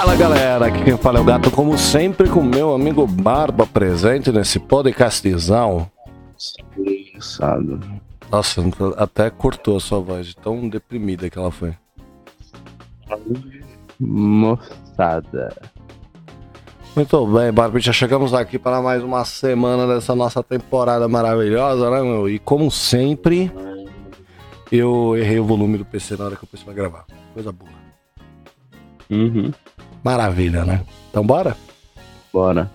Fala galera, aqui quem fala é o Gato, como sempre com meu amigo Barba presente nesse podcastzão. Engraçado. Nossa, até cortou a sua voz de tão deprimida que ela foi. Moçada. Muito bem, Barba, já chegamos aqui para mais uma semana dessa nossa temporada maravilhosa, né, meu? E como sempre, eu errei o volume do PC na hora que eu pus pra gravar. Coisa boa. Maravilha, né? Então bora? Bora.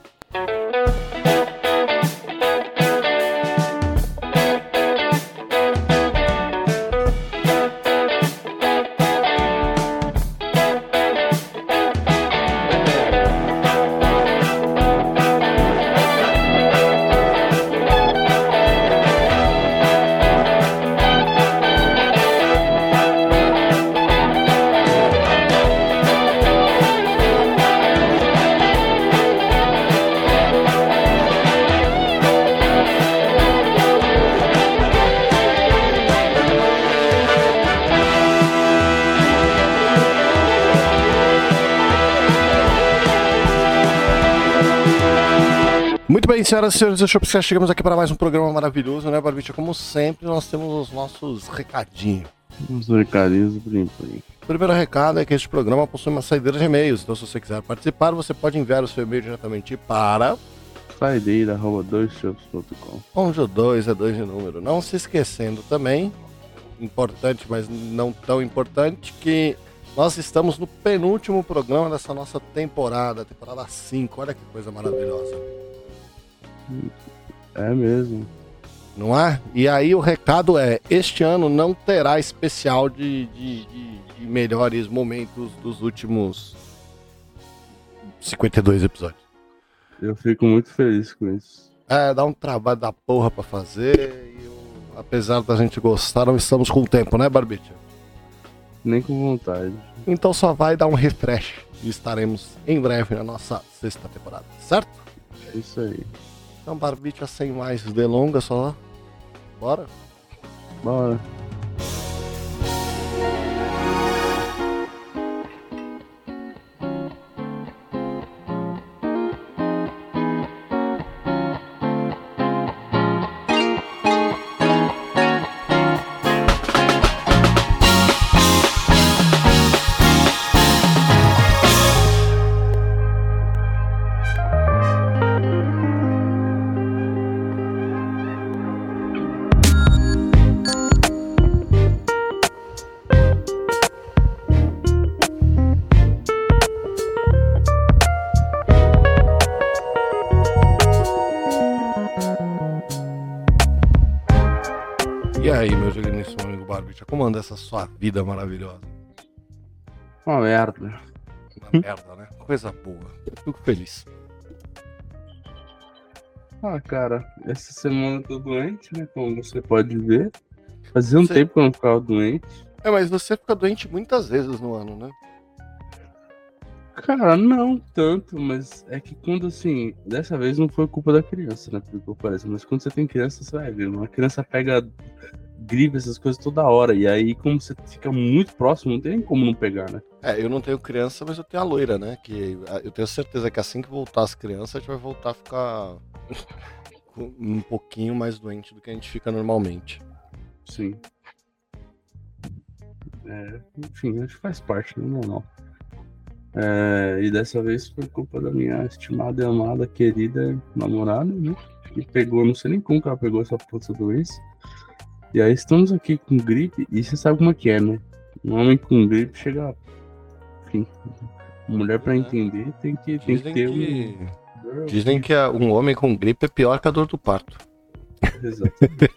Muito bem, senhoras e senhores, chegamos aqui para mais um programa maravilhoso, né, Barbicha? Como sempre, nós temos os nossos recadinhos. Os recadinhos do Plim. O primeiro recado é que este programa possui uma saideira de e-mails, então se você quiser participar, você pode enviar o seu e-mail diretamente para saideira@doisshows.com. onde o 2 é 2 de número. Não se esquecendo também, importante, mas não tão importante, que nós estamos no penúltimo programa dessa nossa temporada 5, olha que coisa maravilhosa. É mesmo. Não é? E aí o recado é, este ano não terá especial de melhores momentos dos últimos 52 episódios. Eu fico muito feliz com isso. É, dá um trabalho da porra pra fazer e apesar da gente gostar, não estamos com tempo, né, Barbicha? Nem com vontade. Então só vai dar um refresh e estaremos em breve na nossa 6ª temporada, certo? É isso aí. Então, Barbicha, sem mais delongas, só bora? Bora. E aí, meu digníssimo amigo Barbicha, como anda essa sua vida maravilhosa? Uma merda. Uma merda, né? Coisa boa. Eu fico feliz. Ah, cara, essa semana eu tô doente, né? Como você pode ver. Fazia um Você- tempo que eu não ficava doente. É, mas você fica doente muitas vezes no ano, né? Cara, não tanto, mas é que quando assim, dessa vez não foi culpa da criança, né? Porque parece, mas quando você tem criança, você vai ver, uma criança pega gripe, essas coisas toda hora, e aí como você fica muito próximo, não tem nem como não pegar, né? É, eu não tenho criança, mas eu tenho a loira, né? Que eu tenho certeza que assim que voltar as crianças, a gente vai voltar a ficar um pouquinho mais doente do que a gente fica normalmente. Sim. Enfim, acho que faz parte, né? Normal. E dessa vez foi culpa da minha estimada e amada, querida namorada, né? Que pegou, não sei nem como que ela pegou essa puta doença. E aí estamos aqui com gripe, e você sabe como é que é, né? Um homem com gripe chega. Enfim, mulher pra entender tem que ter um. Dizem que um homem com gripe é pior que a dor do parto. Exatamente.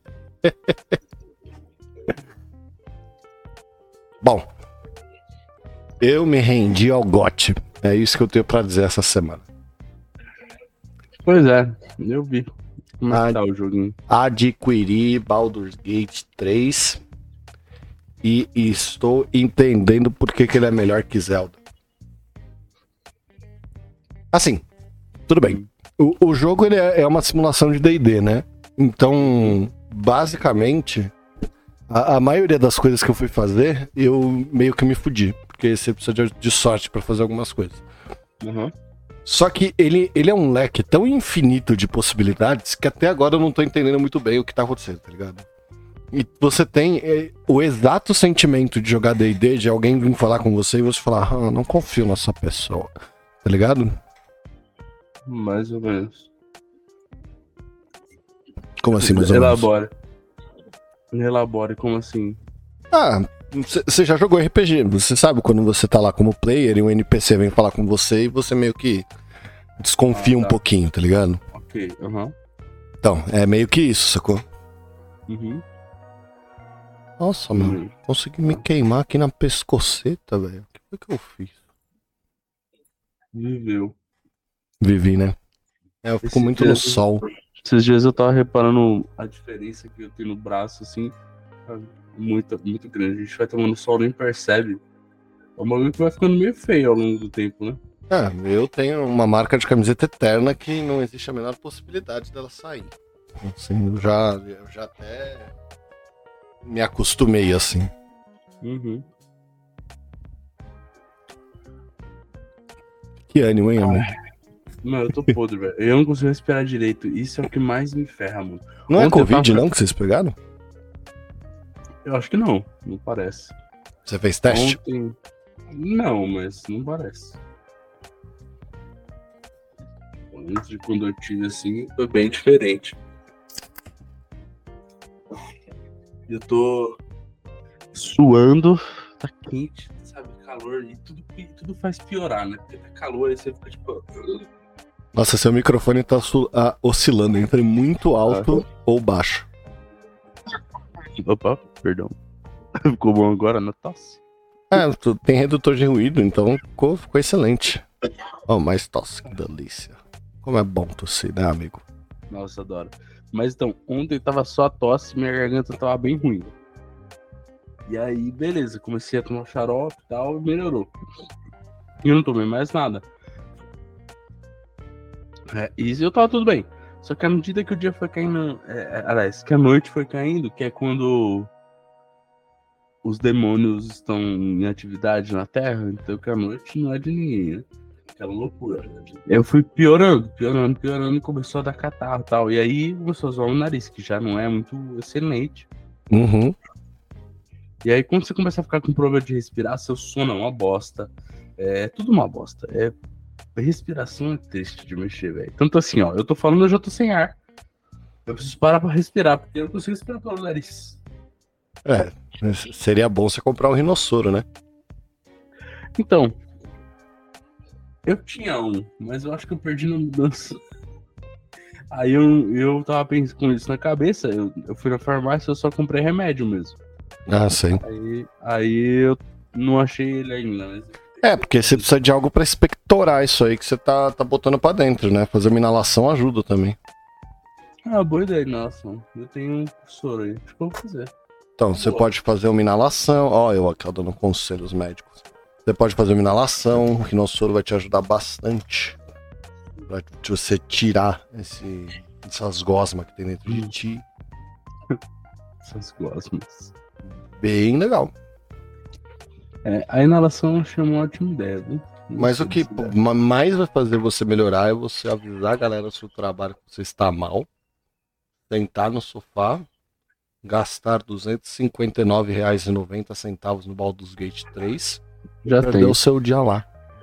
Bom, eu me rendi ao GOT. É isso que eu tenho pra dizer essa semana. Pois é, eu vi. Como é que tá o joguinho? Adquiri Baldur's Gate 3 e estou entendendo por que ele é melhor que Zelda. Assim, tudo bem. O jogo ele é uma simulação de D&D, né? Então, basicamente, A maioria das coisas que eu fui fazer, eu meio que me fudi. Porque você precisa de sorte pra fazer algumas coisas. Uhum. Só que ele é um leque tão infinito de possibilidades que até agora eu não tô entendendo muito bem o que tá acontecendo, tá ligado? E você tem o exato sentimento de jogar D&D, de alguém vir falar com você e você falar, não confio nessa pessoa, tá ligado? Mais ou menos. Como assim, mais ou menos? Elabore, como assim? Você já jogou RPG, você sabe quando você tá lá como player e um NPC vem falar com você e você meio que desconfia um pouquinho, tá ligado? Ok, aham. Então, é meio que isso, sacou? Uhum. Nossa, mano, consegui me queimar aqui na pescoceta, velho. O que foi que eu fiz? Viveu. Vivi, né? Eu fico muito no sol. Esses dias eu tava reparando a diferença que eu tenho no braço, assim, muito, muito grande. A gente vai tomando sol, nem percebe. É um bagulho que vai ficando meio feio ao longo do tempo, né? Eu tenho uma marca de camiseta eterna que não existe a menor possibilidade dela sair. Assim, eu já até me acostumei, assim. Uhum. Que ânimo, hein, amor? Mano, eu tô podre, velho. Eu não consigo respirar direito. Isso é o que mais me ferra, mano. Não é Covid, não, que vocês pegaram? Eu acho que não. Não parece. Você fez teste? Ontem... Não, mas não parece. Antes de quando eu tive, assim, foi bem diferente. Eu tô suando, tá quente, sabe, calor, e tudo faz piorar, né? Porque tá calor, aí você fica tipo... Nossa, seu microfone tá oscilando entre muito alto ou baixo. Opa, perdão. Ficou bom agora na tosse? Tem redutor de ruído, então ficou excelente. Mais tosse, que delícia. Como é bom tossir, né, amigo? Nossa, adoro. Mas então, ontem tava só a tosse, minha garganta tava bem ruim. E aí, beleza, comecei a tomar xarope e tal, melhorou. E eu não tomei mais nada. E eu tava tudo bem. Só que à medida que o dia foi caindo... aliás, que a noite foi caindo, que é quando os demônios estão em atividade na Terra, então que a noite não é de ninguém, né? Aquela loucura. Eu fui piorando, e começou a dar catarro e tal. E aí começou a zoar o nariz, que já não é muito excelente. Uhum. E aí quando você começa a ficar com problema de respirar, seu sono é uma bosta. É tudo uma bosta. Respiração é triste de mexer, velho. Tanto assim, ó, eu tô falando, eu já tô sem ar. Eu preciso parar pra respirar, porque eu não consigo respirar pelo nariz. Seria bom você comprar um rinossoro, né? Então, eu tinha um, mas eu acho que eu perdi na mudança. Aí eu tava pensando com isso na cabeça, eu fui na farmácia, eu só comprei remédio mesmo. Sim. Aí eu não achei ele ainda, mas... porque você precisa de algo pra expectorar isso aí que você tá botando pra dentro, né? Fazer uma inalação ajuda também. Boa ideia, inalação. Eu tenho um soro aí, acho que eu vou fazer. Então, você pode fazer uma inalação, eu aqui dando conselhos médicos. Você pode fazer uma inalação, o rinossoro vai te ajudar bastante pra você tirar essas gosmas que tem dentro de ti. Essas gosmas. Bem legal. A inalação eu achei uma ótima ideia, viu? Mas o que mais vai fazer você melhorar é você avisar a galera do seu trabalho que você está mal, sentar no sofá, gastar R$ 259,90 no Baldur's Gate 3 e perder o seu dia lá.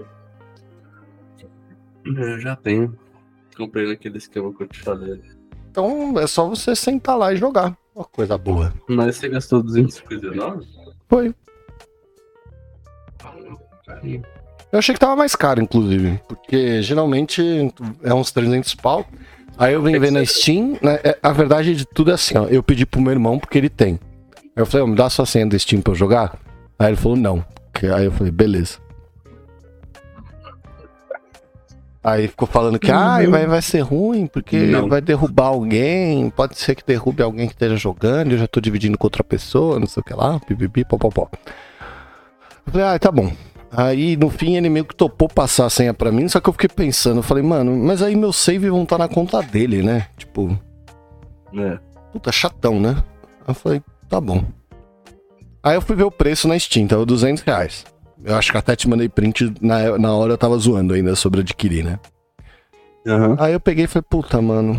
Eu já tenho. Comprei naquele esquema que eu te falei. Então é só você sentar lá e jogar. Uma coisa boa. Mas você gastou 259? Foi. Eu achei que tava mais caro, inclusive. Porque geralmente é uns 300 pau. Aí eu vim ver na Steam, né? A verdade de tudo é assim, ó. Eu pedi pro meu irmão porque ele tem. Aí eu falei, me dá sua senha da Steam pra eu jogar? Aí ele falou, não. Aí eu falei, beleza. Aí ficou falando que vai ser ruim, porque vai derrubar alguém. Pode ser que derrube alguém que esteja jogando. Eu já tô dividindo com outra pessoa, não sei o que lá. Pipipi, popopó. Eu falei, tá bom. Aí, no fim, ele meio que topou passar a senha pra mim, só que eu fiquei pensando, eu falei, mano, mas aí meus save vão estar na conta dele, né? Tipo... Puta, chatão, né? Aí eu falei, tá bom. Aí eu fui ver o preço na Steam, tava R$200. Eu acho que até te mandei print, na hora eu tava zoando ainda sobre adquirir, né? Uhum. Aí eu peguei e falei, puta, mano,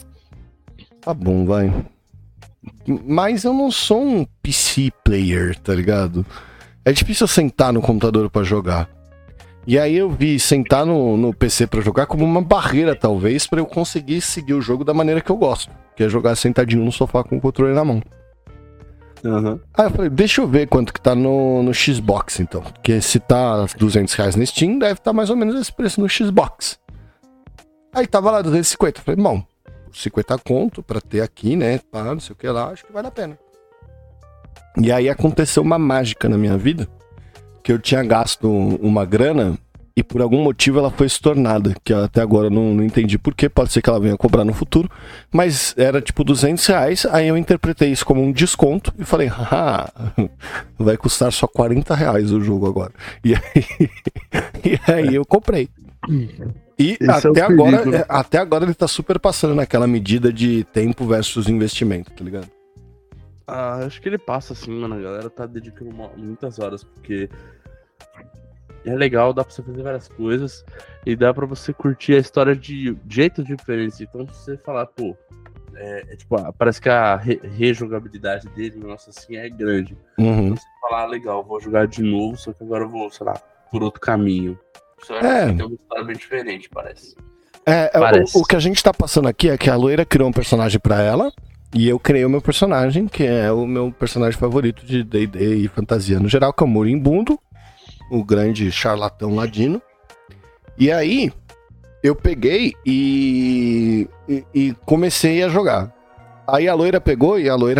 tá bom, vai. Mas eu não sou um PC player, tá ligado? É difícil eu sentar no computador pra jogar. E aí eu vi sentar no PC pra jogar como uma barreira, talvez, pra eu conseguir seguir o jogo da maneira que eu gosto. Que é jogar sentadinho no sofá com o controle na mão. Uhum. Aí eu falei, deixa eu ver quanto que tá no Xbox, então. Porque se tá R$200 na Steam, deve estar mais ou menos esse preço no Xbox. Aí tava lá 250. Falei, bom, 50 conto pra ter aqui, né? Pá, não sei o que lá, acho que vale a pena. E aí aconteceu uma mágica na minha vida, que eu tinha gasto uma grana e por algum motivo ela foi estornada, que até agora eu não entendi porquê, pode ser que ela venha cobrar no futuro, mas era tipo R$200, aí eu interpretei isso como um desconto e falei, haha, vai custar só R$40 o jogo agora. E aí eu comprei. E até agora ele tá super passando naquela medida de tempo versus investimento, tá ligado? Acho que ele passa assim, mano. A galera tá dedicando muitas horas, porque é legal, dá pra você fazer várias coisas e dá pra você curtir a história de jeitos diferentes. Então, se você falar, pô, tipo, parece que a rejogabilidade dele, nossa, assim, é grande. Uhum. Então, você falar, legal, vou jogar de novo, só que agora eu vou, sei lá, por outro caminho. Só que tem uma história bem diferente, parece. O que a gente tá passando aqui é que a loira criou um personagem pra ela. E eu criei o meu personagem, que é o meu personagem favorito de D&D e fantasia no geral, que é o Moribundo, o grande charlatão ladino. E aí, eu peguei e comecei a jogar. Aí a loira pegou e a loira,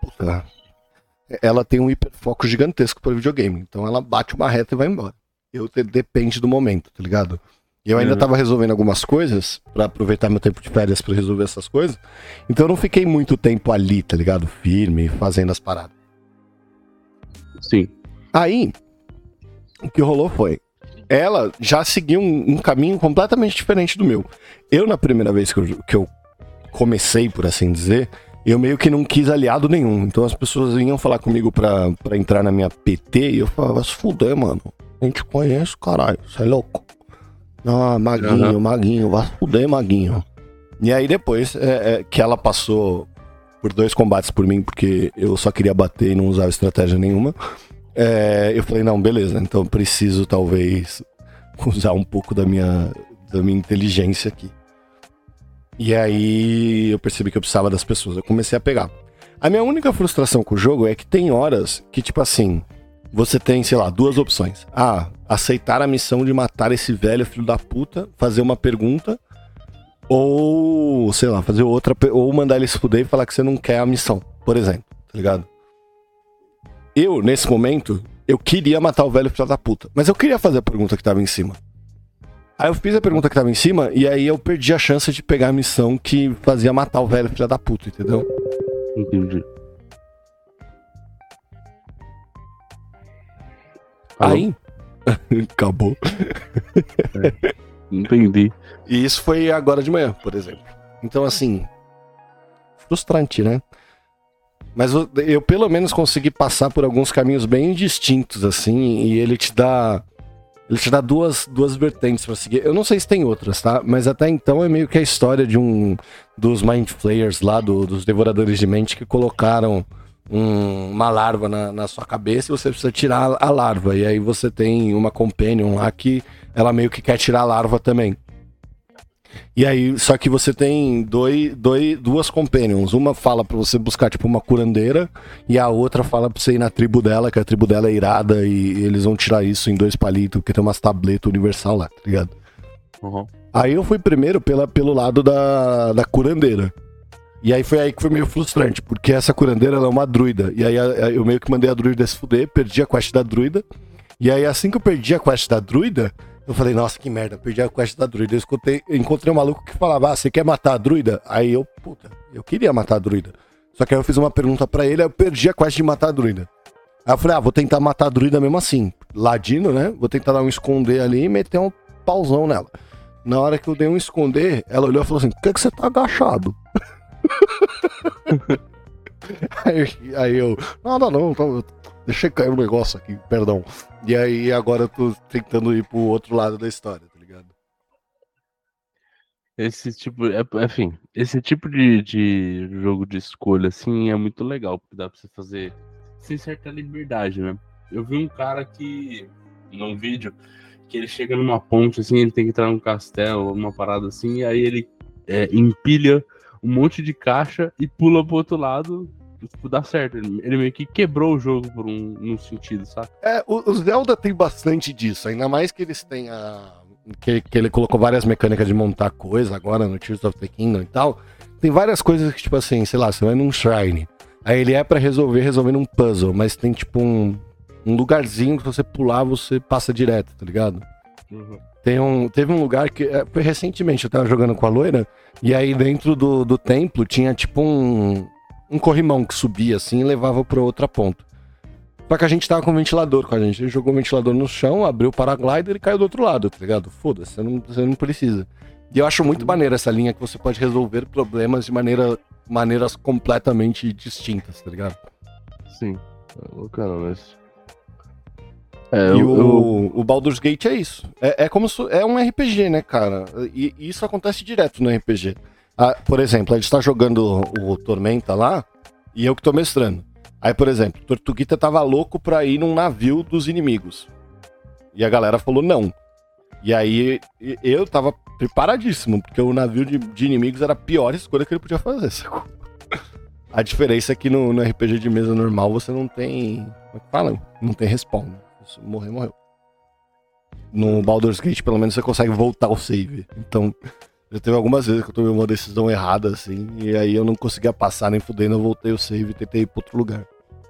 ela tem um hiperfoco gigantesco para videogame. Então ela bate uma reta e vai embora. Depende do momento, tá ligado? Eu ainda tava resolvendo algumas coisas, pra aproveitar meu tempo de férias pra resolver essas coisas. Então eu não fiquei muito tempo ali, tá ligado? Firme, fazendo as paradas. Sim. Aí, o que rolou foi, ela já seguiu um caminho completamente diferente do meu. Eu, na primeira vez que eu comecei, por assim dizer, eu meio que não quis aliado nenhum. Então as pessoas vinham falar comigo pra entrar na minha PT e eu falava, se fuder, mano. A gente conhece, caralho, você é louco. Ah, Maguinho, vai fuder, Maguinho. E aí depois que ela passou por 2 combates por mim, porque eu só queria bater e não usava estratégia nenhuma, eu falei, não, beleza, então eu preciso talvez usar um pouco da minha inteligência aqui. E aí eu percebi que eu precisava das pessoas, eu comecei a pegar. A minha única frustração com o jogo é que tem horas que, tipo assim, você tem, sei lá, 2 opções. Aceitar a missão de matar esse velho filho da puta, fazer uma pergunta, ou, sei lá, fazer outra, ou mandar ele se fuder e falar que você não quer a missão, por exemplo, tá ligado? Eu, nesse momento, eu queria matar o velho filho da puta, mas eu queria fazer a pergunta que tava em cima. Aí eu fiz a pergunta que tava em cima, e aí eu perdi a chance de pegar a missão que fazia matar o velho filho da puta, entendeu? Entendi. Aí... Acabou. Entendi. E isso foi agora de manhã, por exemplo. Então, assim, frustrante, né? Mas eu pelo menos consegui passar por alguns caminhos bem distintos, assim, e ele te dá duas vertentes pra seguir. Eu não sei se tem outras, tá? Mas até então é meio que a história de dos Mind Flayers lá, dos Devoradores de Mente, que colocaram uma larva na sua cabeça e você precisa tirar a larva. E aí você tem uma companion lá que ela meio que quer tirar a larva também. E aí, só que você tem duas companions. Uma fala pra você buscar, tipo, uma curandeira, e a outra fala pra você ir na tribo dela, que a tribo dela é irada, e eles vão tirar isso em 2 palitos, porque tem umas tabletas universal lá, tá ligado? Uhum. Aí eu fui primeiro pelo lado da curandeira. E aí foi aí que foi meio frustrante, porque essa curandeira ela é uma druida. E aí eu meio que mandei a druida se fuder, perdi a quest da druida. E aí assim que eu perdi a quest da druida, eu falei, nossa, que merda, perdi a quest da druida. Eu encontrei um maluco que falava, você quer matar a druida? Aí eu queria matar a druida. Só que aí eu fiz uma pergunta pra ele, aí eu perdi a quest de matar a druida. Aí eu falei, vou tentar matar a druida mesmo assim. Ladino, né? Vou tentar dar um esconder ali e meter um pauzão nela. Na hora que eu dei um esconder, ela olhou e falou assim, por que você tá agachado? Aí eu, não, deixei cair um negócio aqui, perdão. E aí agora eu tô tentando ir pro outro lado da história, tá ligado? Esse tipo, enfim, esse tipo de jogo de escolha, assim, é muito legal, porque dá pra você fazer sem certa liberdade, né? Eu vi um cara que, num vídeo, que ele chega numa ponte, assim, ele tem que entrar num castelo, uma parada assim, e aí ele empilha um monte de caixa e pula pro outro lado, tipo, dá certo. Ele meio que quebrou o jogo por num sentido, sabe? O Zelda tem bastante disso, ainda mais que eles têm que ele colocou várias mecânicas de montar coisa agora no Tears of the Kingdom e tal. Tem várias coisas que, tipo assim, sei lá, você vai num shrine, aí ele é pra resolvendo um puzzle, mas tem tipo um lugarzinho que se você pular, você passa direto, tá ligado? Uhum. Teve um lugar que, foi recentemente, eu tava jogando com a loira, e aí dentro do templo tinha tipo um corrimão que subia assim e levava pra outra ponta. Só que a gente tava com o ventilador com a gente. Ele jogou o ventilador no chão, abriu o paraglider e caiu do outro lado, tá ligado? Foda-se, você não precisa. E eu acho muito maneiro essa linha que você pode resolver problemas de maneiras completamente distintas, tá ligado? Sim. Cara, mas... o Baldur's Gate é isso. É como se, é um RPG, né, cara? E isso acontece direto no RPG. Por exemplo, a gente tá jogando o Tormenta lá e eu que tô mestrando. Aí, por exemplo, o Tortuguita tava louco pra ir num navio dos inimigos. E a galera falou não. E aí eu tava preparadíssimo, porque o navio de inimigos era a pior escolha que ele podia fazer, sacou? A diferença é que no RPG de mesa normal você não tem. Como é que fala? Não tem respawn. Né? Se morrer, morreu. No Baldur's Gate, pelo menos, você consegue voltar ao save. Então, já teve algumas vezes que eu tomei uma decisão errada, assim, e aí eu não conseguia passar nem fudendo, eu voltei o save e tentei ir pra outro lugar.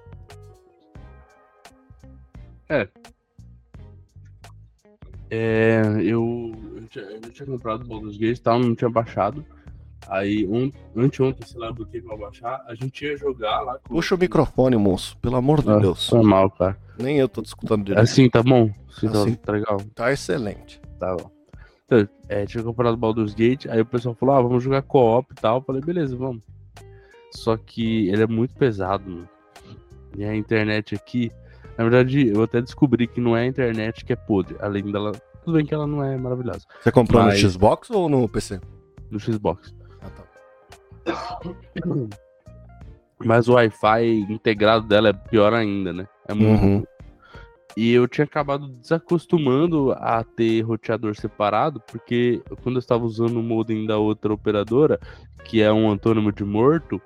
Eu tinha comprado o Baldur's Gate e tal, não tinha baixado. Aí, anteontem, sei lá do que pra baixar, a gente ia jogar lá com... Puxa o microfone, moço, pelo amor de Deus. Foi mal, cara. Nem eu tô discutindo direito. Assim, tá bom? Assim, tá legal? Tá excelente. Tá bom. Então, tinha comprado o Baldur's Gate, aí o pessoal falou, vamos jogar co-op e tal. Eu falei, beleza, vamos. Só que ele é muito pesado, mano. E a internet aqui... Na verdade, eu até descobri que não é a internet que é podre. Além dela... Tudo bem que ela não é maravilhosa. Você comprou no Xbox ou no PC? No Xbox. Ah, tá. Mas o Wi-Fi integrado dela é pior ainda, né? É muito ruim. E eu tinha acabado desacostumando a ter roteador separado, porque quando eu estava usando o modem da outra operadora, que é um antônimo de morto,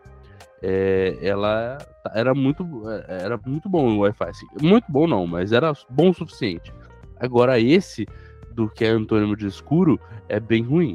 ela era muito bom o Wi-Fi. Assim. Muito bom não, mas era bom o suficiente. Agora esse, do que é antônimo de escuro, é bem ruim.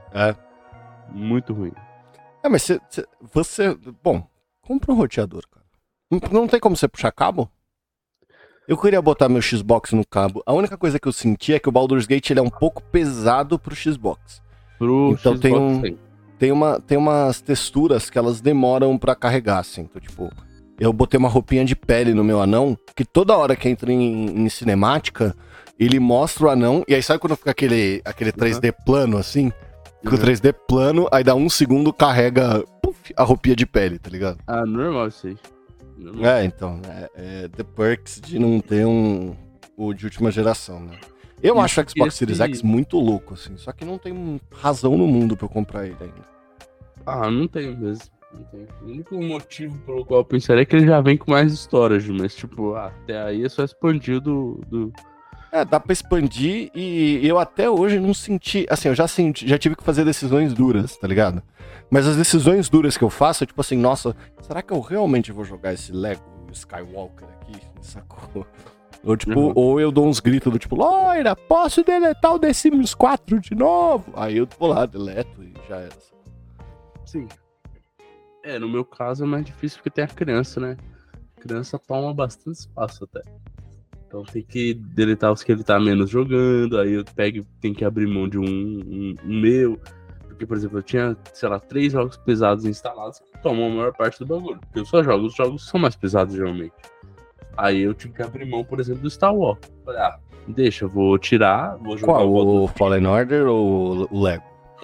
Muito ruim. Mas você... Bom, compra um roteador, cara. Não tem como você puxar cabo? Eu queria botar meu Xbox no cabo. A única coisa que eu senti é que o Baldur's Gate ele é um pouco pesado pro Xbox. Então Xbox, tem umas texturas que elas demoram pra carregar, assim. Então, tipo, eu botei uma roupinha de pele no meu anão, que toda hora que entra em cinemática, ele mostra o anão, e aí sabe quando fica aquele 3D plano, assim? Com o 3D plano, aí dá um segundo, carrega a roupinha de pele, tá ligado? Normal isso aí. Então, the perks de não ter o de última geração, né? Eu acho o Xbox Series X muito louco, assim, só que não tem razão no mundo pra eu comprar ele ainda. Não tem mesmo. Não tem. O único motivo pelo qual eu pensaria é que ele já vem com mais storage, mas tipo, até aí é só expandir do... Dá pra expandir e eu até hoje não senti... Assim, eu já tive que fazer decisões duras, tá ligado? Mas as decisões duras que eu faço é tipo assim, nossa, será que eu realmente vou jogar esse Lego Skywalker aqui? Sacou? Ou tipo, ou eu dou uns gritos do tipo, loira, posso deletar o The Sims 4 de novo? Aí eu vou lá, deleto e já era. Sim. No meu caso é mais difícil porque tem a criança, né? A criança toma bastante espaço até. Então tem que deletar os que ele tá menos jogando, aí eu tenho que abrir mão de um meu. Porque, por exemplo, eu tinha, sei lá, 3 jogos pesados instalados que tomam a maior parte do bagulho. Porque eu só jogo os jogos que são mais pesados, geralmente. Aí eu tive que abrir mão, por exemplo, do Star Wars. Falei, deixa, eu vou tirar, vou jogar o Fallen Order ou o Lego?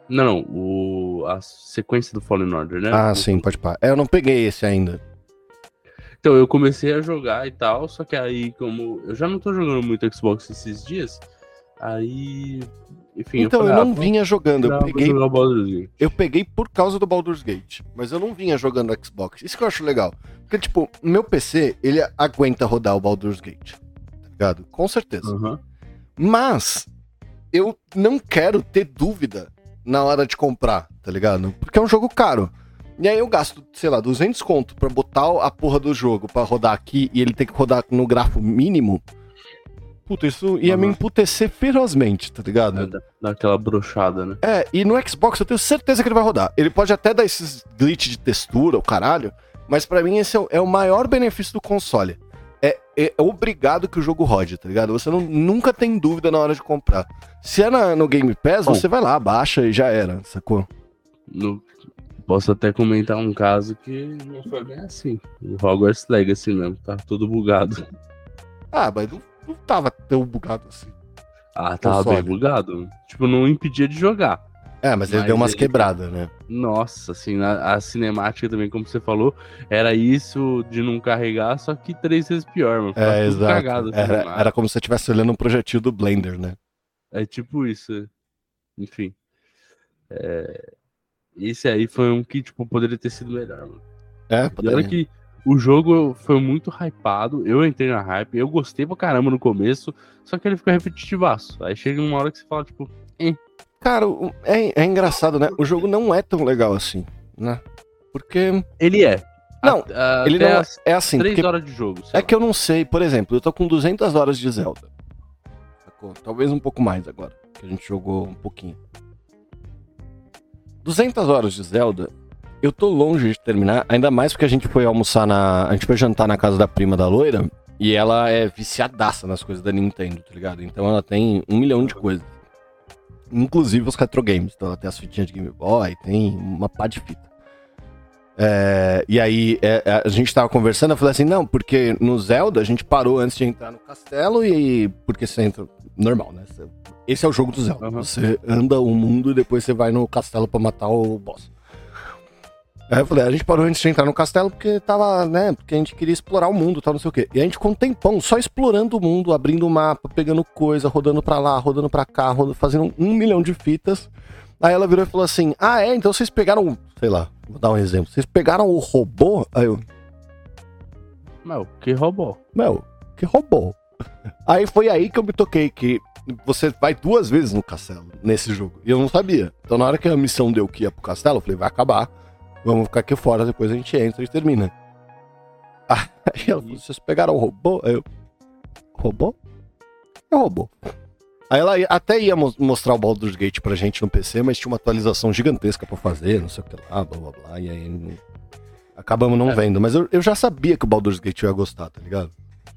Não, a sequência do Fallen Order, né? Ah, sim, pode pá. Eu não peguei esse ainda. Então, eu comecei a jogar e tal, só que aí, como eu já não tô jogando muito Xbox esses dias, aí, enfim, Então, eu eu falei, não vinha jogando, vou jogar o Baldur's Gate. eu peguei por causa do Baldur's Gate, mas eu não vinha jogando Xbox. Isso que eu acho legal. Porque, tipo, meu PC, ele aguenta rodar o Baldur's Gate, tá ligado? Com certeza. Uhum. Mas, eu não quero ter dúvida na hora de comprar, tá ligado? Porque é um jogo caro. E aí eu gasto, sei lá, 200 conto pra botar a porra do jogo pra rodar aqui e ele tem que rodar no grafo mínimo. Puta, isso ia me emputecer ferozmente, tá ligado? Dá aquela brochada, né? E no Xbox eu tenho certeza que ele vai rodar. Ele pode até dar esses glitch de textura, o caralho, mas pra mim esse é o maior benefício do console. É obrigado que o jogo rode, tá ligado? Você nunca tem dúvida na hora de comprar. Se é no Game Pass, você vai lá, baixa e já era, sacou? Posso até comentar um caso que não foi bem assim. O Hogwarts Legacy mesmo, tá todo bugado. Ah, mas não tava tão bugado assim. Ah, tava bem bugado. Tipo, não impedia de jogar. Mas ele deu umas quebradas, né? Nossa, assim, a cinemática também, como você falou, era isso de não carregar, só que 3 vezes pior, mano. Ficava tudo exato. cagado. Era como se você estivesse olhando um projetil do Blender, né? É tipo isso. Enfim. Esse aí foi um que, tipo, poderia ter sido melhor, mano. E olha que o jogo foi muito hypado, eu entrei na hype, eu gostei pra caramba no começo, só que ele fica repetitivaço. Aí chega uma hora que você fala, tipo, Cara, é engraçado, né? O jogo não é tão legal assim, né? Porque... Ele é. Não, ele não é assim. 3 horas de jogo. É que eu não sei, por exemplo, eu tô com 200 horas de Zelda. Sacou? Talvez um pouco mais agora, que a gente jogou um pouquinho. 200 horas de Zelda, eu tô longe de terminar, ainda mais porque a gente foi almoçar a gente foi jantar na casa da prima da loira, e ela é viciadaça nas coisas da Nintendo, tá ligado? Então ela tem 1 milhão de coisas. Inclusive os retro games. Então ela tem as fitinhas de Game Boy, tem uma pá de fita. E aí a gente tava conversando, eu falei assim, não, porque no Zelda a gente parou antes de entrar no castelo e... Porque você entra... Normal, né? Esse é o jogo do Zelda. Uhum. Você anda o mundo e depois você vai no castelo pra matar o boss. Aí eu falei, a gente parou antes de entrar no castelo porque tava, né? Porque a gente queria explorar o mundo, tal, não sei o quê. E a gente ficou um tempão só explorando o mundo, abrindo o mapa, pegando coisa, rodando pra lá, rodando pra cá, fazendo 1 milhão de fitas. Aí ela virou e falou assim, então vocês pegaram, sei lá, vou dar um exemplo. Vocês pegaram o robô? Aí eu... que robô? Que robô? Aí foi aí que eu me toquei que você vai 2 vezes no castelo, nesse jogo. E eu não sabia. Então na hora que a missão deu que ia pro castelo, eu falei, vai acabar. Vamos ficar aqui fora, depois a gente entra e termina. Aí ela falou, vocês pegaram o robô? Aí eu... Robô? É robô. Aí ela até ia mostrar o Baldur's Gate pra gente no PC, mas tinha uma atualização gigantesca pra fazer, não sei o que lá, blá blá blá, e aí acabamos não vendo. Mas eu já sabia que o Baldur's Gate ia gostar, tá ligado?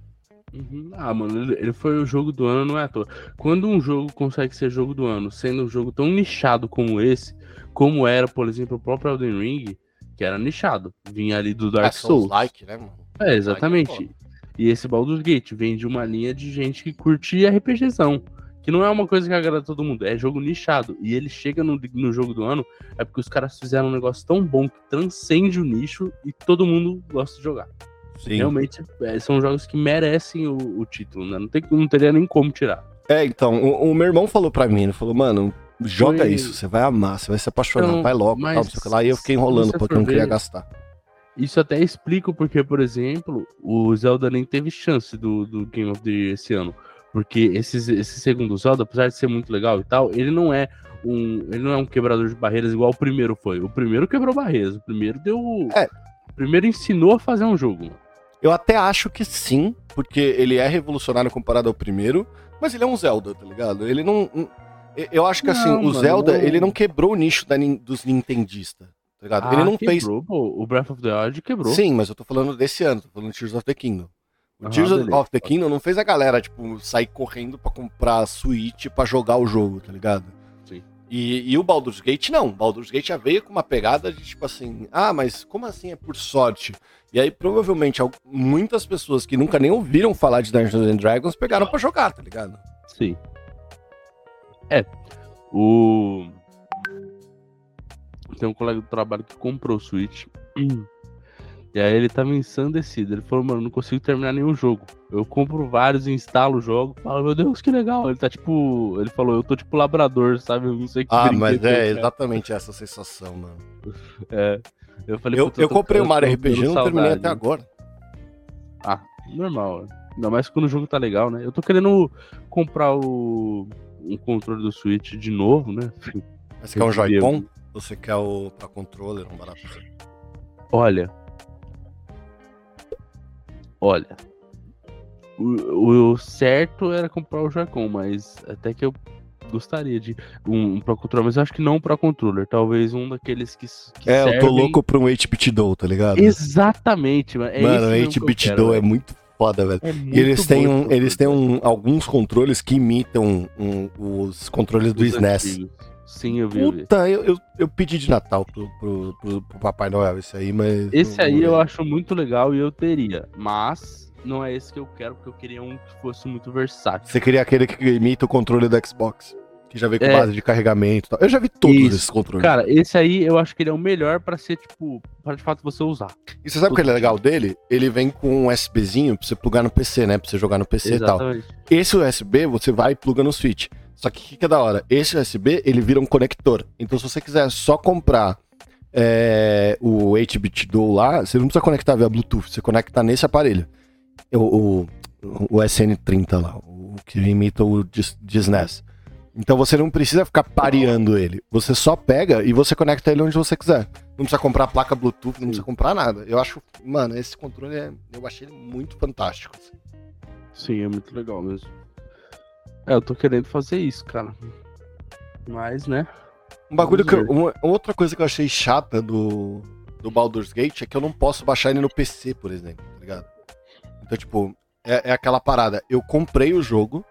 Uhum. Mano, ele foi o jogo do ano, não é à toa. Quando um jogo consegue ser jogo do ano, sendo um jogo tão nichado como esse, como era, por exemplo, o próprio Elden Ring, que era nichado, vinha ali do Dark Souls. Like, né, mano? Exatamente. E esse Baldur's Gate vem de uma linha de gente que curte RPGzão. Que não é uma coisa que agrada todo mundo, é jogo nichado. E ele chega no jogo do ano, é porque os caras fizeram um negócio tão bom que transcende o nicho e todo mundo gosta de jogar. Sim. Realmente, são jogos que merecem o título, né? Não teria nem como tirar. Então, o meu irmão falou pra mim, ele falou, mano, joga isso, você vai amar, você vai se apaixonar, então, vai logo, tal, não sei o que lá. E eu fiquei enrolando porque eu não queria gastar. Isso até explica porque, por exemplo, o Zelda nem teve chance do Game of the Year esse ano. Porque esse segundo Zelda, apesar de ser muito legal e tal, ele não é um quebrador de barreiras igual o primeiro foi. O primeiro quebrou barreiras, o primeiro O primeiro ensinou a fazer um jogo, mano. Eu até acho que sim, porque ele é revolucionário comparado ao primeiro, mas ele é um Zelda, tá ligado? Ele não... Eu acho que assim, o Zelda, ele não quebrou o nicho dos nintendistas, tá ligado? Ele não fez... O Breath of the Wild quebrou. Sim, mas eu tô falando desse ano, tô falando de Tears of the Kingdom. O Tears of the Kingdom não fez a galera, tipo, sair correndo pra comprar a Switch pra jogar o jogo, tá ligado? Sim. E o Baldur's Gate, não. O Baldur's Gate já veio com uma pegada de, tipo assim, mas como assim é por sorte? E aí, provavelmente, muitas pessoas que nunca nem ouviram falar de Dungeons and Dragons pegaram pra jogar, tá ligado? Sim. tenho um colega do trabalho que comprou o Switch. E aí ele tava ensandecido. Ele falou, mano, não consigo terminar nenhum jogo. Eu compro vários, instalo o jogo, falo, meu Deus, que legal. Ele tá tipo. Ele falou, eu tô tipo labrador, sabe? Eu não sei que mas é exatamente essa sensação, mano. É. Eu falei, eu comprei o Mario RPG e não terminei até agora. Ah, normal. Ainda mais quando o jogo tá legal, né? Eu tô querendo comprar um controle do Switch de novo, né? Mas você quer um Joy-Con? Ou você quer o pra controller, um barato assim? Olha, o certo era comprar o Joy-Con, mas até que eu gostaria de um Pro Controller, mas eu acho que não um Pro Controller, talvez um daqueles que servem... eu tô louco pra um 8-bit Duo, tá ligado? Exatamente, mano. Mano, o 8-bit Duo é muito foda, velho. E eles têm alguns controles que imitam os controles do SNES. Antigos. Sim, eu vi. Puta, eu pedi de Natal pro Papai Noel esse aí, mas... Esse aí eu acho muito legal e eu teria, mas não é esse que eu quero, porque eu queria um que fosse muito versátil. Você queria aquele que imita o controle do Xbox, que já veio com base de carregamento e tal. Eu já vi todos esses controles. Cara, esse aí eu acho que ele é o melhor pra ser, tipo, pra de fato você usar. E você sabe o que é legal dele? Ele vem com um USBzinho pra você plugar no PC, né? Pra você jogar no PC Exatamente. e tal. Esse USB você vai e pluga no Switch. Só que o que é da hora? Esse USB, ele vira um conector. Então se você quiser só comprar o 8-bit Duo lá, você não precisa conectar via Bluetooth, você conecta nesse aparelho. O SN30 lá, o que imita o de SNES. Então você não precisa ficar pareando ele. Você só pega e você conecta ele onde você quiser. Não precisa comprar placa Bluetooth, não precisa comprar nada. Eu acho, mano, esse controle eu achei ele muito fantástico. Assim. Sim, é muito legal mesmo. Eu tô querendo fazer isso, cara. Mas, né? Um bagulho outra coisa que eu achei chata do Baldur's Gate é que eu não posso baixar ele no PC, por exemplo, tá ligado? Então, tipo, é aquela parada. Eu comprei o jogo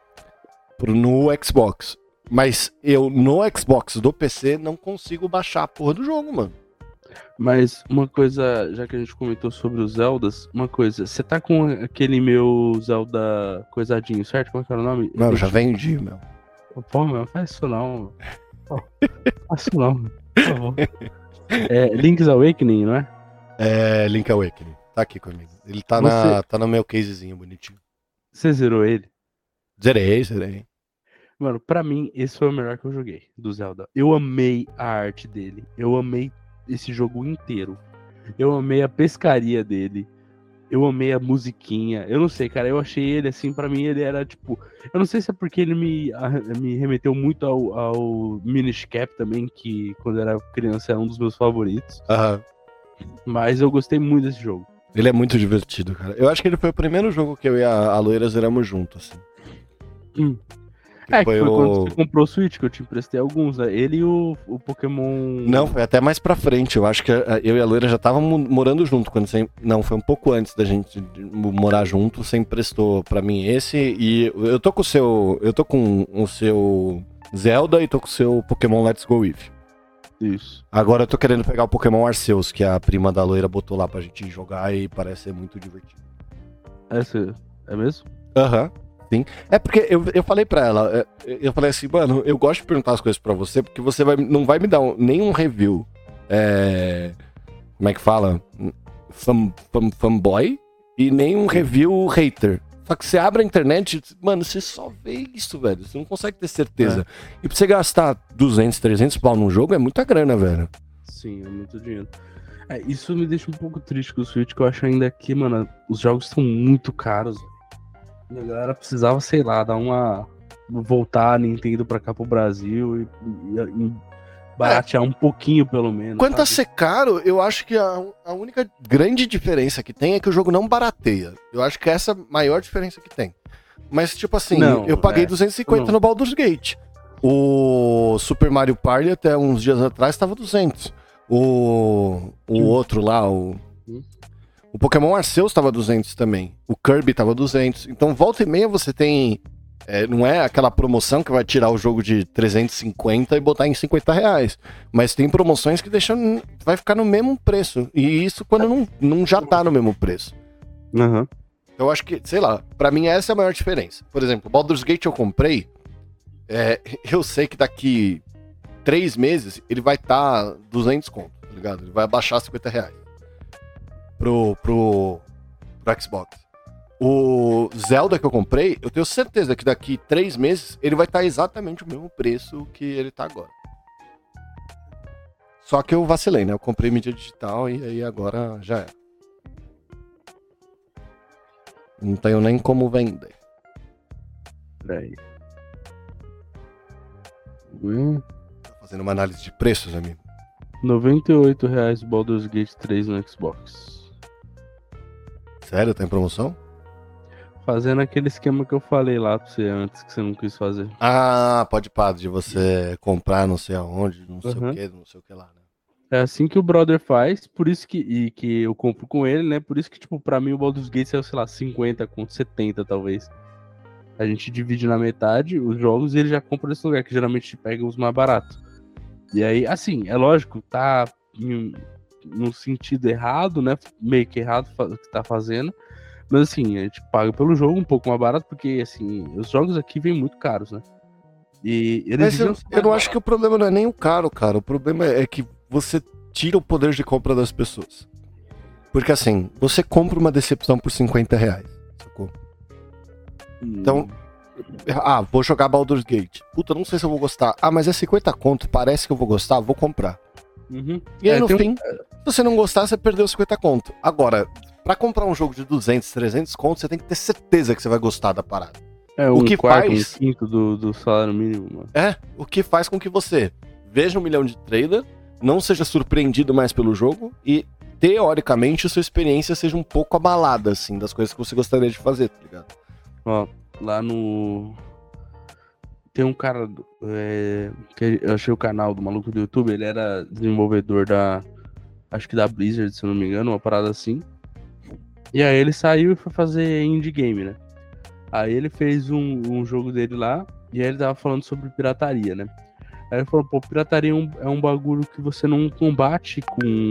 no Xbox, mas eu no Xbox do PC não consigo baixar a porra do jogo, mano. Mas uma coisa, já que a gente comentou sobre os Zeldas, uma coisa, você tá com aquele meu Zelda coisadinho, certo? Qual que era o nome? Não, já vendi, meu. Pô, meu, faz isso não. Faz isso não, por favor. Link's Awakening, não é? É, Link Awakening. Tá aqui comigo. Ele tá no meu casezinho bonitinho. Você zerou ele? Zerei. Mano, pra mim, esse foi o melhor que eu joguei do Zelda. Eu amei a arte dele. Eu amei esse jogo inteiro. Eu amei a pescaria dele. Eu amei a musiquinha. Eu não sei, cara. Eu achei ele, assim, pra mim, ele era, tipo... Eu não sei se é porque ele me remeteu muito ao Minish Cap também, que quando eu era criança era um dos meus favoritos. Aham. Mas eu gostei muito desse jogo. Ele é muito divertido, cara. Eu acho que ele foi o primeiro jogo que eu e a Loira zeramos juntos, assim. Que foi quando você comprou o Switch, que eu te emprestei alguns, né? Ele e o Pokémon... Não, foi até mais pra frente. Eu acho que eu e a Loira já estávamos morando junto. Não, foi um pouco antes da gente morar junto. Você emprestou pra mim esse. E eu tô com o seu Zelda e tô com o seu Pokémon Let's Go Eevee. Isso. Agora eu tô querendo pegar o Pokémon Arceus, que a prima da Loira botou lá pra gente jogar e parece ser muito divertido. É mesmo? Aham. Sim. É porque eu falei pra ela, eu falei assim, mano, eu gosto de perguntar as coisas pra você, porque você não vai me dar nenhum review, como é que fala? Fanboy, e nenhum review hater. Só que você abre a internet, mano, você só vê isso, velho, você não consegue ter certeza. E pra você gastar 200, 300 pau num jogo é muita grana, velho. Sim, é muito dinheiro. Isso me deixa um pouco triste com o Switch, que eu acho ainda que, mano, os jogos estão muito caros. A galera precisava, sei lá, voltar a Nintendo pra cá pro Brasil e baratear um pouquinho, pelo menos. Quanto a ser caro, eu acho que a única grande diferença que tem é que o jogo não barateia. Eu acho que essa é a maior diferença que tem. Mas, tipo assim, eu paguei 250 no Baldur's Gate. O Super Mario Party, até uns dias atrás, tava 200. O outro lá, o Pokémon Arceus tava 200 também. O Kirby tava 200. Então, volta e meia você tem... não é aquela promoção que vai tirar o jogo de 350 e botar em 50 reais. Mas tem promoções que deixam... Vai ficar no mesmo preço. E isso quando não já tá no mesmo preço. Uhum. Eu acho que, sei lá, pra mim essa é a maior diferença. Por exemplo, o Baldur's Gate eu comprei... eu sei que daqui 3 meses, ele vai estar 200 conto, tá ligado? Ele vai abaixar R$50 pro Xbox. O Zelda que eu comprei, eu tenho certeza que daqui 3 meses ele vai estar exatamente o mesmo preço que ele tá agora. Só que eu vacilei, né? Eu comprei mídia digital e aí agora já é. Não tenho nem como vender. Peraí. Tá fazendo uma análise de preços, amigo? R$98 Baldur's Gate 3 no Xbox. Sério? Tá em promoção? Fazendo aquele esquema que eu falei lá pra você antes, que você não quis fazer. Ah, pode parar de você comprar não sei aonde, não sei o que, não sei o que lá, né? É assim que o brother faz, por isso que eu compro com ele, né? Por isso que, tipo, pra mim o Baldur's Gate saiu, sei lá, 50 com 70 talvez. A gente divide na metade os jogos e ele já compra nesse lugar, que geralmente pega os mais baratos. E aí, assim, é lógico, tá no sentido errado, né? Meio que errado o que tá fazendo. Mas assim, a gente paga pelo jogo um pouco mais barato, porque assim, os jogos aqui vêm muito caros, né? E eles eu não acho que o problema não é nem o caro, cara. O problema é que você tira o poder de compra das pessoas. Porque assim, você compra uma decepção por R$50, sacou? Então, vou jogar Baldur's Gate. Puta, não sei se eu vou gostar. Ah, mas é 50 conto, parece que eu vou gostar, vou comprar. E aí no fim, se você não gostar, você perdeu 50 conto. Agora, pra comprar um jogo de 200, 300 conto, você tem que ter certeza que você vai gostar da parada. O que faz... um quinto do salário mínimo, mano. O que faz com que você veja 1 milhão de trailer, não seja surpreendido mais pelo jogo e, teoricamente, a sua experiência seja um pouco abalada, assim, das coisas que você gostaria de fazer, tá ligado? Ó, lá no... Tem um cara que eu achei o canal do maluco do YouTube, ele era desenvolvedor acho que da Blizzard, se eu não me engano, uma parada assim. E aí ele saiu e foi fazer indie game, né? Aí ele fez um jogo dele lá, e aí ele tava falando sobre pirataria, né? Aí ele falou, pô, pirataria é um bagulho que você não combate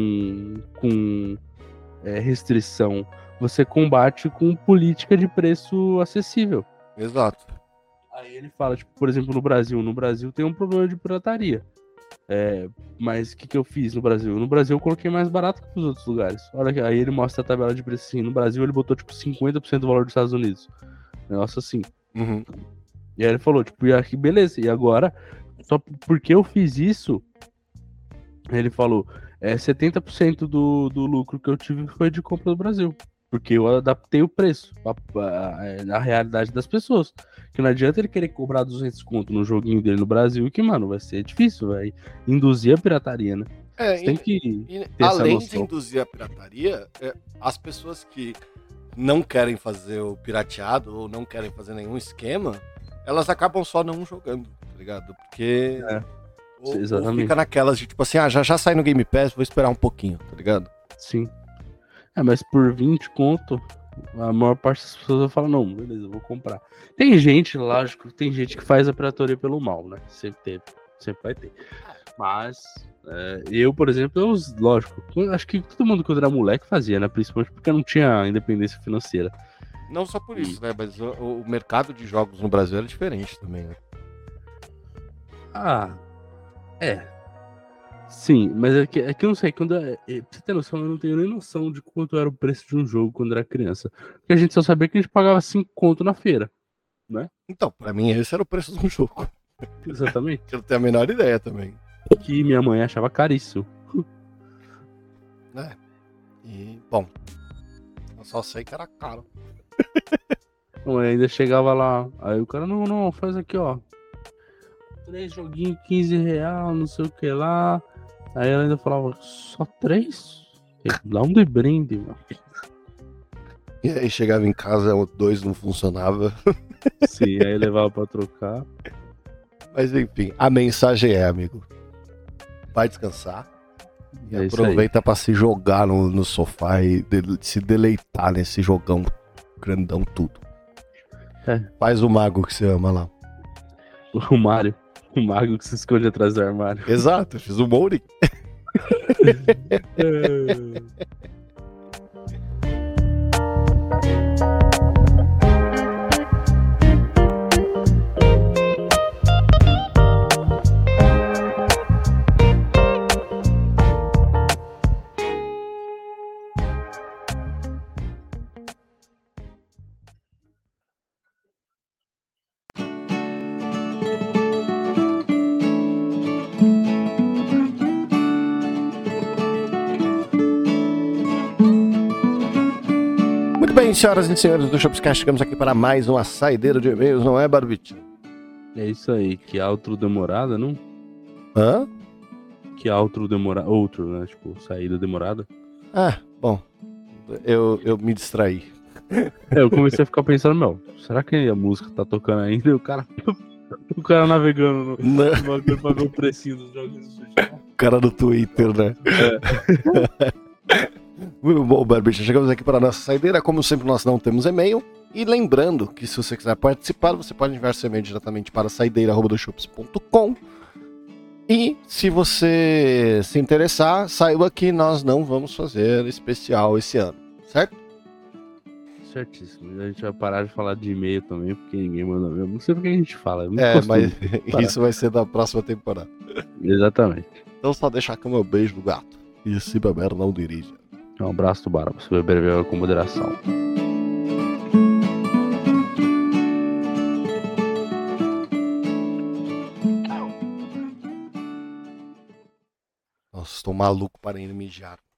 com restrição. Você combate com política de preço acessível. Exato. Aí ele fala, tipo, por exemplo, no Brasil tem um problema de pirataria. Mas o que eu fiz no Brasil? No Brasil eu coloquei mais barato que nos outros lugares. Olha aqui, aí ele mostra a tabela de preço assim. No Brasil ele botou, tipo, 50% do valor dos Estados Unidos. Negócio assim. Uhum. E aí ele falou, tipo, e aqui, beleza. E agora, só porque eu fiz isso, ele falou, 70% do lucro que eu tive foi de compra do Brasil. Porque eu adaptei o preço à realidade das pessoas. Que não adianta ele querer cobrar 200 conto no joguinho dele no Brasil, que, mano, vai ser difícil, vai induzir a pirataria, né? Você tem que ter além de induzir a pirataria, as pessoas que não querem fazer o pirateado ou não querem fazer nenhum esquema, elas acabam só não jogando, tá ligado? Porque ou fica naquelas de tipo assim, já sai no Game Pass, vou esperar um pouquinho, tá ligado? Sim. Mas por 20 conto, a maior parte das pessoas vai falar, não, beleza, eu vou comprar. Tem gente, lógico, tem gente que faz a pirataria pelo mal, né? Sempre vai ter. Mas eu, por exemplo, lógico, acho que todo mundo quando era moleque fazia, né? Principalmente porque não tinha independência financeira. Não só por isso, né? Mas o mercado de jogos no Brasil era diferente também, né? Sim, mas é que eu não sei, pra você ter noção, eu não tenho nem noção de quanto era o preço de um jogo quando era criança. Porque a gente só sabia que a gente pagava 5 conto na feira, né? Então, pra mim esse era o preço do jogo. Exatamente. Eu não tenho a menor ideia também. Que minha mãe achava caríssimo. E, bom, eu só sei que era caro. Então, ainda chegava lá, aí o cara, não, faz aqui, ó. 3 joguinhos, R$15, não sei o que lá. Aí ela ainda falava, só 3? Dá um de brinde, mano. E aí chegava em casa, 2 não funcionava. Sim, aí levava pra trocar. Mas enfim, a mensagem amigo, vai descansar. E aproveita pra se jogar no sofá e se deleitar nesse jogão grandão tudo. Faz o mago que você ama lá. O Mario. O mago que se esconde atrás do armário. Exato, eu fiz o Mourinho. bem, senhoras e senhores do Shopscast, chegamos aqui para mais uma saideira de e-mails, não é, Barbite? É isso aí, que outro demorada, não? Hã? Que outro demorada, outro, né? Tipo, saída demorada. Ah, bom, eu me distraí. Eu comecei a ficar pensando, será que a música tá tocando ainda? E o cara navegando no bagulho pra ver o precinho dos jogos. O cara do Twitter, né? Muito bom, Barbite. Chegamos aqui para a nossa saideira. Como sempre, nós não temos e-mail. E lembrando que se você quiser participar, você pode enviar seu e-mail diretamente para saideira@doshops.com. E se você se interessar, saiba que nós não vamos fazer especial esse ano, certo? Certíssimo. A gente vai parar de falar de e-mail também, porque ninguém manda e-mail. Não sei porque a gente fala. Mas isso vai ser da próxima temporada. Exatamente. Então só deixar aqui o meu beijo do gato. E se beber, não dirija. Um abraço do Barba. Se beber com moderação. Nossa, estou maluco para ir mijar.